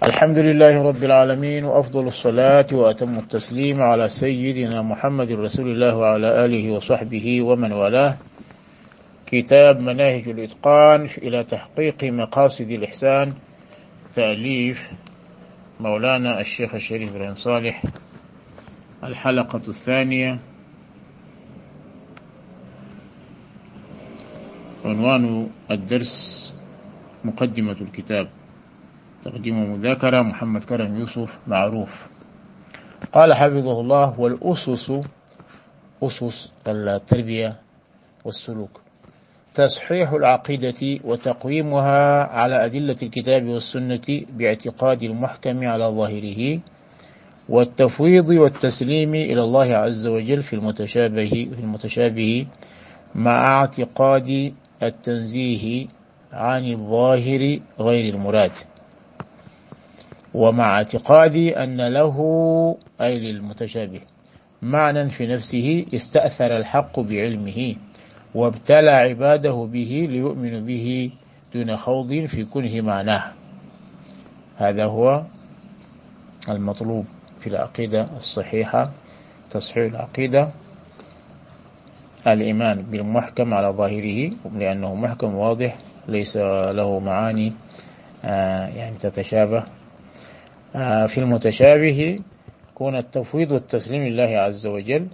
الحمد لله رب العالمين، وأفضل الصلاة وأتم التسليم على سيدنا محمد رسول الله وعلى آله وصحبه ومن والاه. كتاب مناهج الإتقان إلى تحقيق مقاصد الإحسان، تأليف مولانا الشيخ الشريف بن صالح. الحلقة الثانية. عنوان الدرس: مقدمة الكتاب، تقديم ومذاكرة محمد كرم يوسف معروف. قال حفظه الله: والأسس، أسس التربية والسلوك، تصحيح العقيدة وتقويمها على أدلة الكتاب والسنة باعتقاد المحكم على ظاهره، والتفويض والتسليم إلى الله عز وجل في المتشابه مع اعتقاد التنزيه عن الظاهر غير المراد، ومع اعتقاد أن له، أي للمتشابه، معنى في نفسه استأثر الحق بعلمه وابتلى عباده به ليؤمنوا به دون خوض في كنه معناه. هذا هو المطلوب في العقيدة الصحيحة، تصحيح العقيدة، الإيمان بالمحكم على ظاهره، لأنه محكم واضح ليس له معاني تتشابه. في المتشابه يكون التفويض والتسليم لله عز وجل،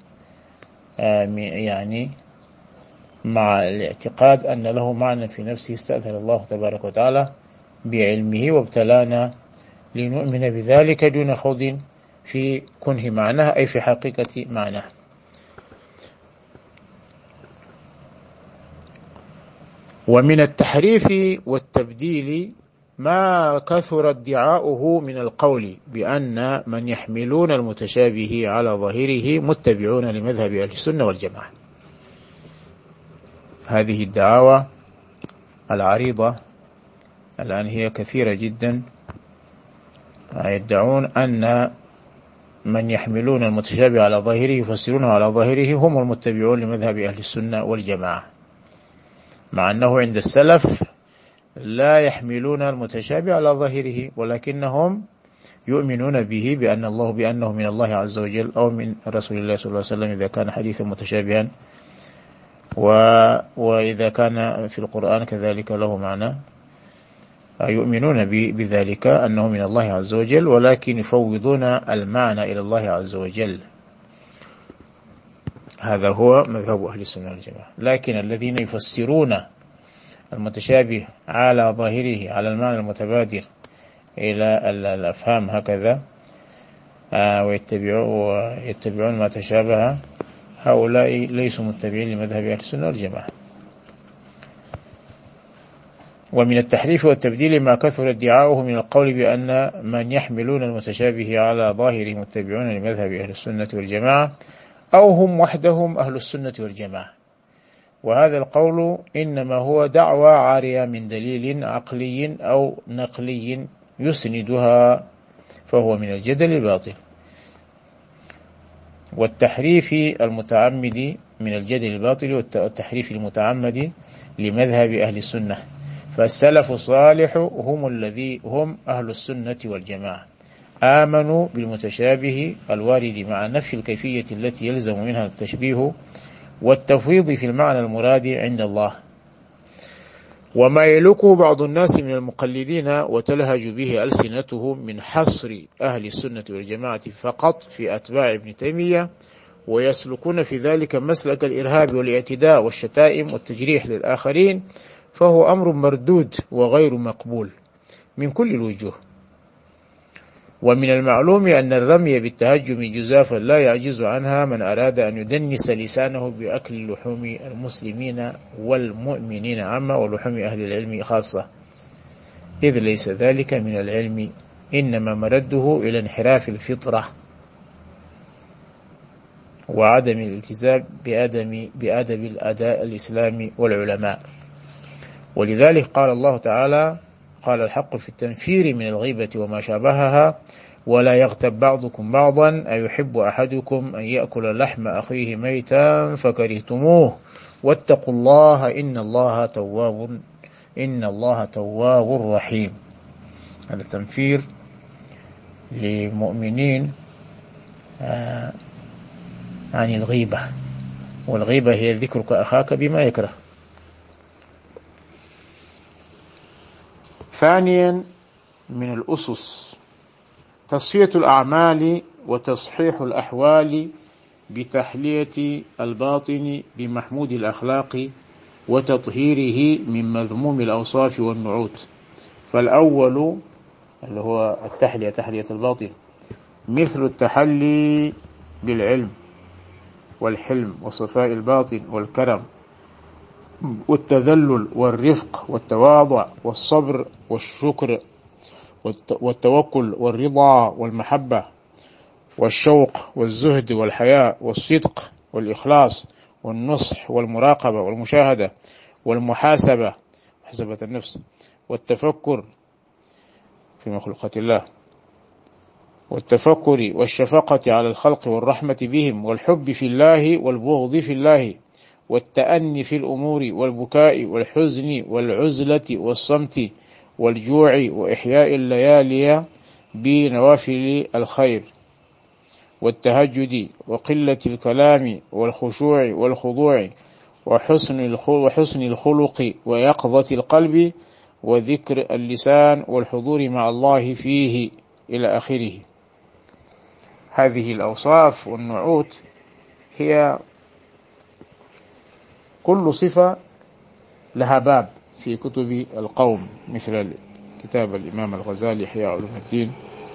مع الاعتقاد أن له معنى في نفسه استأثر الله تبارك وتعالى بعلمه وابتلانا لنؤمن بذلك دون خوض في كنه معناه، أي في حقيقة معناه. ومن التحريف والتبديل ما كثر ادعاؤه من القول بأن من يحملون المتشابه على ظاهره متبعون لمذهب أهل السنة والجماعة. هذه الدعاوى العريضة الآن هي كثيرة جدا، يدعون أن من يحملون المتشابه على ظاهره يفسرونه على ظاهره هم المتبعون لمذهب أهل السنة والجماعة، مع أنه عند السلف لا يحملون المتشابه على ظاهره، ولكنهم يؤمنون به بأنه من الله عز وجل أو من رسول الله صلى الله عليه وسلم إذا كان حديثا متشابها، وإذا كان في القرآن كذلك له معنى، يؤمنون بذلك أنه من الله عز وجل، ولكن يفوضون المعنى إلى الله عز وجل. هذا هو مذهب أهل السنة والجماعة. لكن الذين يفسرون المتشابه على ظاهره على المعنى المتبادر إلى الأفهام هكذا، ويتبعون ما تشابه، هؤلاء ليسوا متبعين لمذهب أهل السنة والجماعة. ومن التحريف والتبديل ما كثر ادعاؤه من القول بأن من يحملون المتشابه على ظاهره متبعون لمذهب أهل السنة والجماعة، أو هم وحدهم أهل السنة والجماعة. وهذا القول إنما هو دعوى عارية من دليل عقلي أو نقلي يسندها، فهو من الجدل الباطل والتحريف المتعمد، من الجدل الباطل والتحريف المتعمد لمذهب أهل السنة. فالسلف الصالح هم أهل السنة والجماعة، آمنوا بالمتشابه الوارد مع نفي الكيفية التي يلزم منها التشبيه والتفويض في المعنى المراد عند الله. وما يلوكه بعض الناس من المقلدين وتلهج به ألسنتهم من حصر أهل السنة والجماعة فقط في أتباع ابن تيمية، ويسلكون في ذلك مسلك الإرهاب والاعتداء والشتائم والتجريح للآخرين، فهو أمر مردود وغير مقبول من كل الوجوه. ومن المعلوم أن الرمي بالتهجم جزافا لا يعجز عنها من أراد أن يدنس لسانه بأكل لحوم المسلمين والمؤمنين عامة ولحوم أهل العلم خاصة، إذ ليس ذلك من العلم، إنما مرده إلى انحراف الفطرة وعدم الالتزام بأدب الأداء الإسلامي والعلماء. ولذلك قال الله تعالى: قال الحق في التنفير من الغيبة وما شابهها: ولا يغتب بعضكم بعضا أيحب أحدكم أن يأكل لحم أخيه ميتا فكرهتموه واتقوا الله إن الله تواب رحيم. هذا تنفير للمؤمنين عن الغيبة، والغيبة هي ذكرك أخاك بما يكره. ثانيا من الأسس تصفية الأعمال وتصحيح الأحوال بتحلية الباطن بمحمود الأخلاق وتطهيره من مذموم الأوصاف والنعوت. فالأول اللي هو التحلية، تحلية الباطن، مثل التحلي بالعلم والحلم وصفاء الباطن والكرم والتذلل والرفق والتواضع والصبر والشكر والتوكل والرضا والمحبة والشوق والزهد والحياء والصدق والإخلاص والنصح والمراقبة والمشاهدة والمحاسبة، محاسبة النفس، والتفكر في مخلوقات الله، والتفكر والشفقة على الخلق والرحمة بهم والحب في الله والبغض في الله والتأني في الأمور والبكاء والحزن والعزلة والصمت والجوع وإحياء الليالي بنوافل الخير والتهجد وقلة الكلام والخشوع والخضوع وحسن الخلق ويقظة القلب وذكر اللسان والحضور مع الله فيه إلى آخره. هذه الأوصاف والنعوت هي كل صفة لها باب في كتب القوم، مثل كتاب الإمام الغزالي إحياء علوم الدين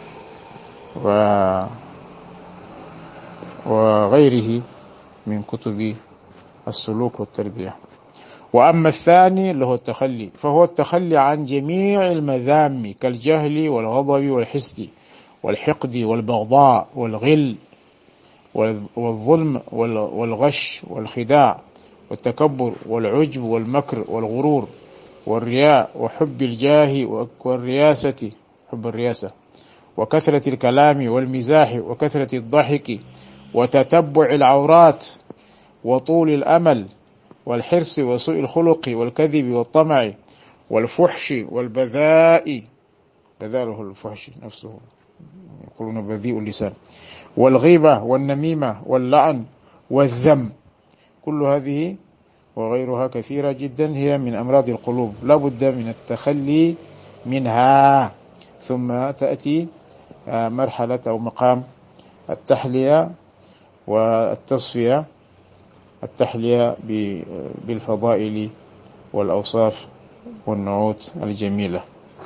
وغيره من كتب السلوك والتربية. وأما الثاني اللي هو التخلي، فهو التخلي عن جميع المذام كالجهل والغضب والحسد والحقد والبغضاء والغل والظلم والغش والخداع والتكبر والعجب والمكر والغرور والرياء وحب الجاه والرياسة، حب الرياسة، وكثرة الكلام والمزاح وكثرة الضحك وتتبع العورات وطول الأمل والحرص وسوء الخلق والكذب والطمع والفحش والبذاء، بذاله الفحش نفسه، يقولون بذيء اللسان، والغيبة والنميمة واللعن والذم. كل هذه وغيرها كثيرة جدا هي من أمراض القلوب، لا بد من التخلي منها. ثم تأتي مرحلة أو مقام التحلية والتصفية، التحلية بالفضائل والأوصاف والنعوت الجميلة.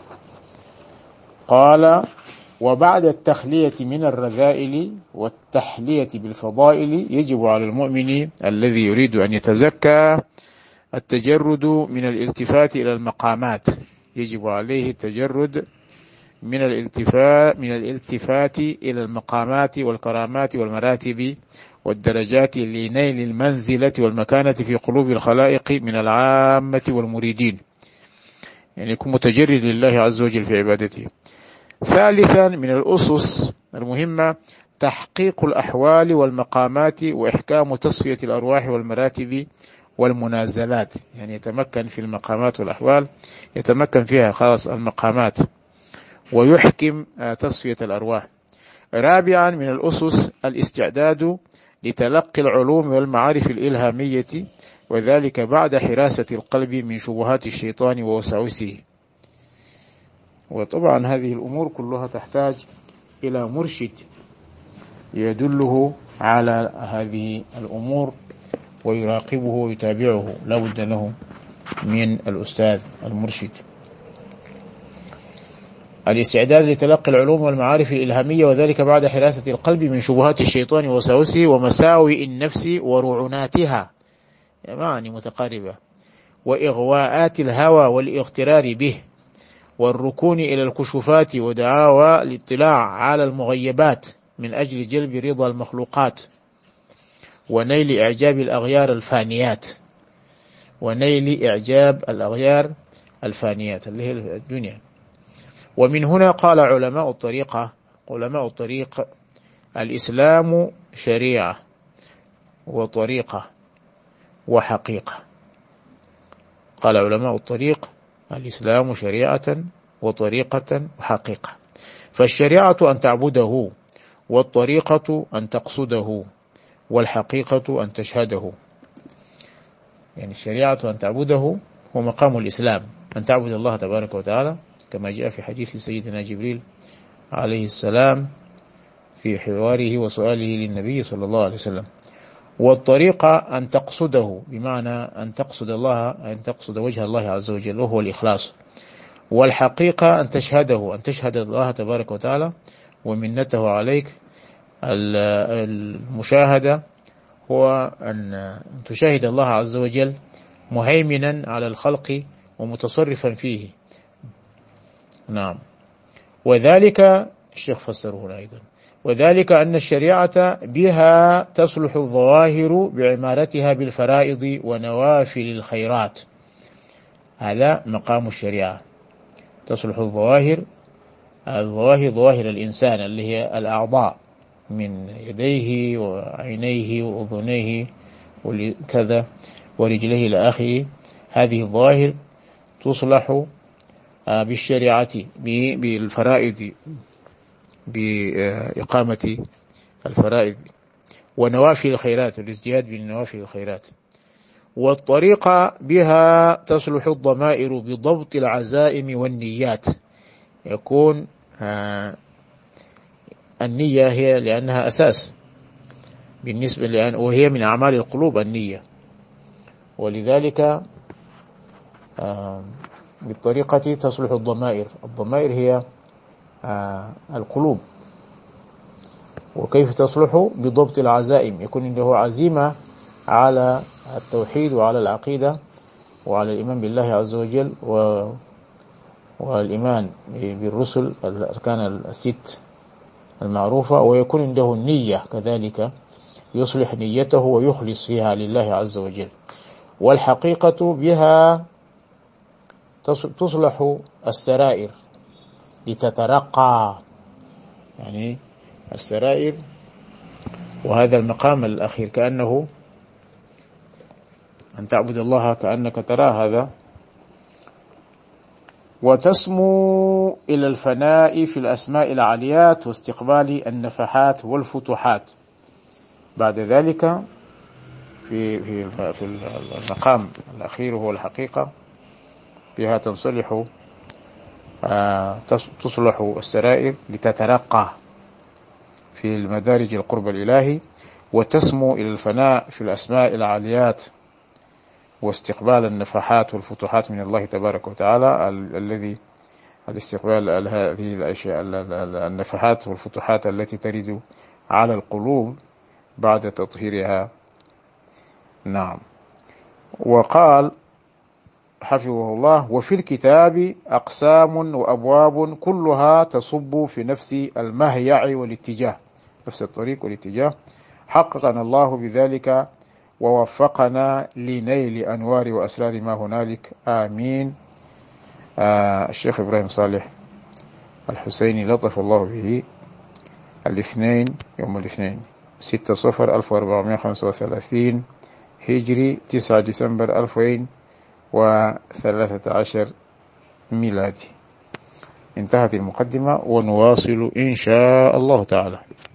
قال: وبعد التخلية من الرذائل والتحلية بالفضائل يجب على المؤمن الذي يريد أن يتزكى التجرد من الالتفات إلى المقامات، يجب عليه التجرد من الالتفات إلى المقامات والكرامات والمراتب والدرجات لنيل المنزلة والمكانة في قلوب الخلائق من العامة والمريدين، يعني يكون متجرد لله عز وجل في عبادته. ثالثا من الأسس المهمة تحقيق الأحوال والمقامات وإحكام تصفية الأرواح والمراتب والمنازلات، يعني يتمكن في المقامات والأحوال، يتمكن فيها خاص المقامات ويحكم تصفية الأرواح. رابعا من الأسس الاستعداد لتلقي العلوم والمعارف الإلهامية، وذلك بعد حراسة القلب من شبهات الشيطان ووساوسه. وطبعا هذه الأمور كلها تحتاج إلى مرشد يدله على هذه الأمور ويراقبه ويتابعه، لا بد له من الأستاذ المرشد. الاستعداد لتلقي العلوم والمعارف الإلهامية، وذلك بعد حراسة القلب من شبهات الشيطان ووساوسه ومساوئ النفس ورعوناتها، يعني متقاربة، وإغواءات الهوى والاغترار به، والركون إلى الكشوفات ودعاوى الاطلاع على المغيبات من أجل جلب رضا المخلوقات ونيل إعجاب الأغيار الفانيات، ونيل إعجاب الأغيار الفانيات اللي هي الدنيا. ومن هنا قال علماء الطريق: الإسلام شريعة وطريقة وحقيقة. قال علماء الطريق: الإسلام شريعة وطريقة وحقيقة. فالشريعة أن تعبده، والطريقة أن تقصده، والحقيقة أن تشهده. يعني الشريعة أن تعبده هو مقام الإسلام، أن تعبد الله تبارك وتعالى كما جاء في حديث سيدنا جبريل عليه السلام في حواره وسؤاله للنبي صلى الله عليه وسلم. والطريقة أن تقصده، بمعنى أن تقصد الله، أن تقصد وجه الله عز وجل وهو الإخلاص. والحقيقة أن تشهده، أن تشهد الله تبارك وتعالى ومنته عليك. المشاهدة هو أن تشاهد الله عز وجل مهيمنا على الخلق ومتصرفا فيه. نعم. وذلك الشيخ فسره هنا أيضا، وذلك أن الشريعة بها تصلح الظواهر بعمارتها بالفرائض ونوافل الخيرات. هذا مقام الشريعة، تصلح الظواهر، ظواهر الإنسان اللي هي الأعضاء من يديه وعينيه وأذنيه وكذا ورجليه إلى آخره. هذه الظواهر تصلح بالشريعة بالفرائض، بإقامة الفرائض ونوافل الخيرات، الازدياد بالنوافل الخيرات. والطريقة بها تصلح الضمائر بضبط العزائم والنيات. يكون النية هي لأنها أساس بالنسبة لأن وهي من أعمال القلوب النية، ولذلك بالطريقة تصلح الضمائر. الضمائر هي القلوب. وكيف تصلح؟ بضبط العزائم، يكون عنده عزيمة على التوحيد وعلى العقيدة وعلى الإيمان بالله عز وجل والإيمان بالرسل الأركان الست المعروفة، ويكون عنده النية كذلك، يصلح نيته ويخلص فيها لله عز وجل. والحقيقة بها تصلح السرائر لتترقى، يعني السرائر. وهذا المقام الأخير كأنه أن تعبد الله كأنك تراه هذا. وتسمو إلى الفناء في الأسماء العاليات واستقبال النفحات والفتوحات. بعد ذلك في المقام الأخير هو الحقيقة، بها تصلح السرائر لتترقى في المدارج القرب الإلهي. وتسمو إلى الفناء في الأسماء العاليات واستقبال النفحات والفتوحات من الله تبارك وتعالى، الذي الاستقبال هذه الأشياء، النفحات والفتوحات التي ترد على القلوب بعد تطهيرها. نعم. وقال حفظه الله: وفي الكتاب أقسام وأبواب كلها تصب في نفس المهيع والاتجاه، نفس الطريق والاتجاه. حققنا الله بذلك ووفقنا لنيل أنوار وأسرار ما هنالك، آمين. الشيخ إبراهيم صالح الحسيني لطف الله به، الاثنين، يوم الاثنين 6 صفر 1435 هجري، 9 ديسمبر 2013 ميلادي. انتهت المقدمة، ونواصل إن شاء الله تعالى.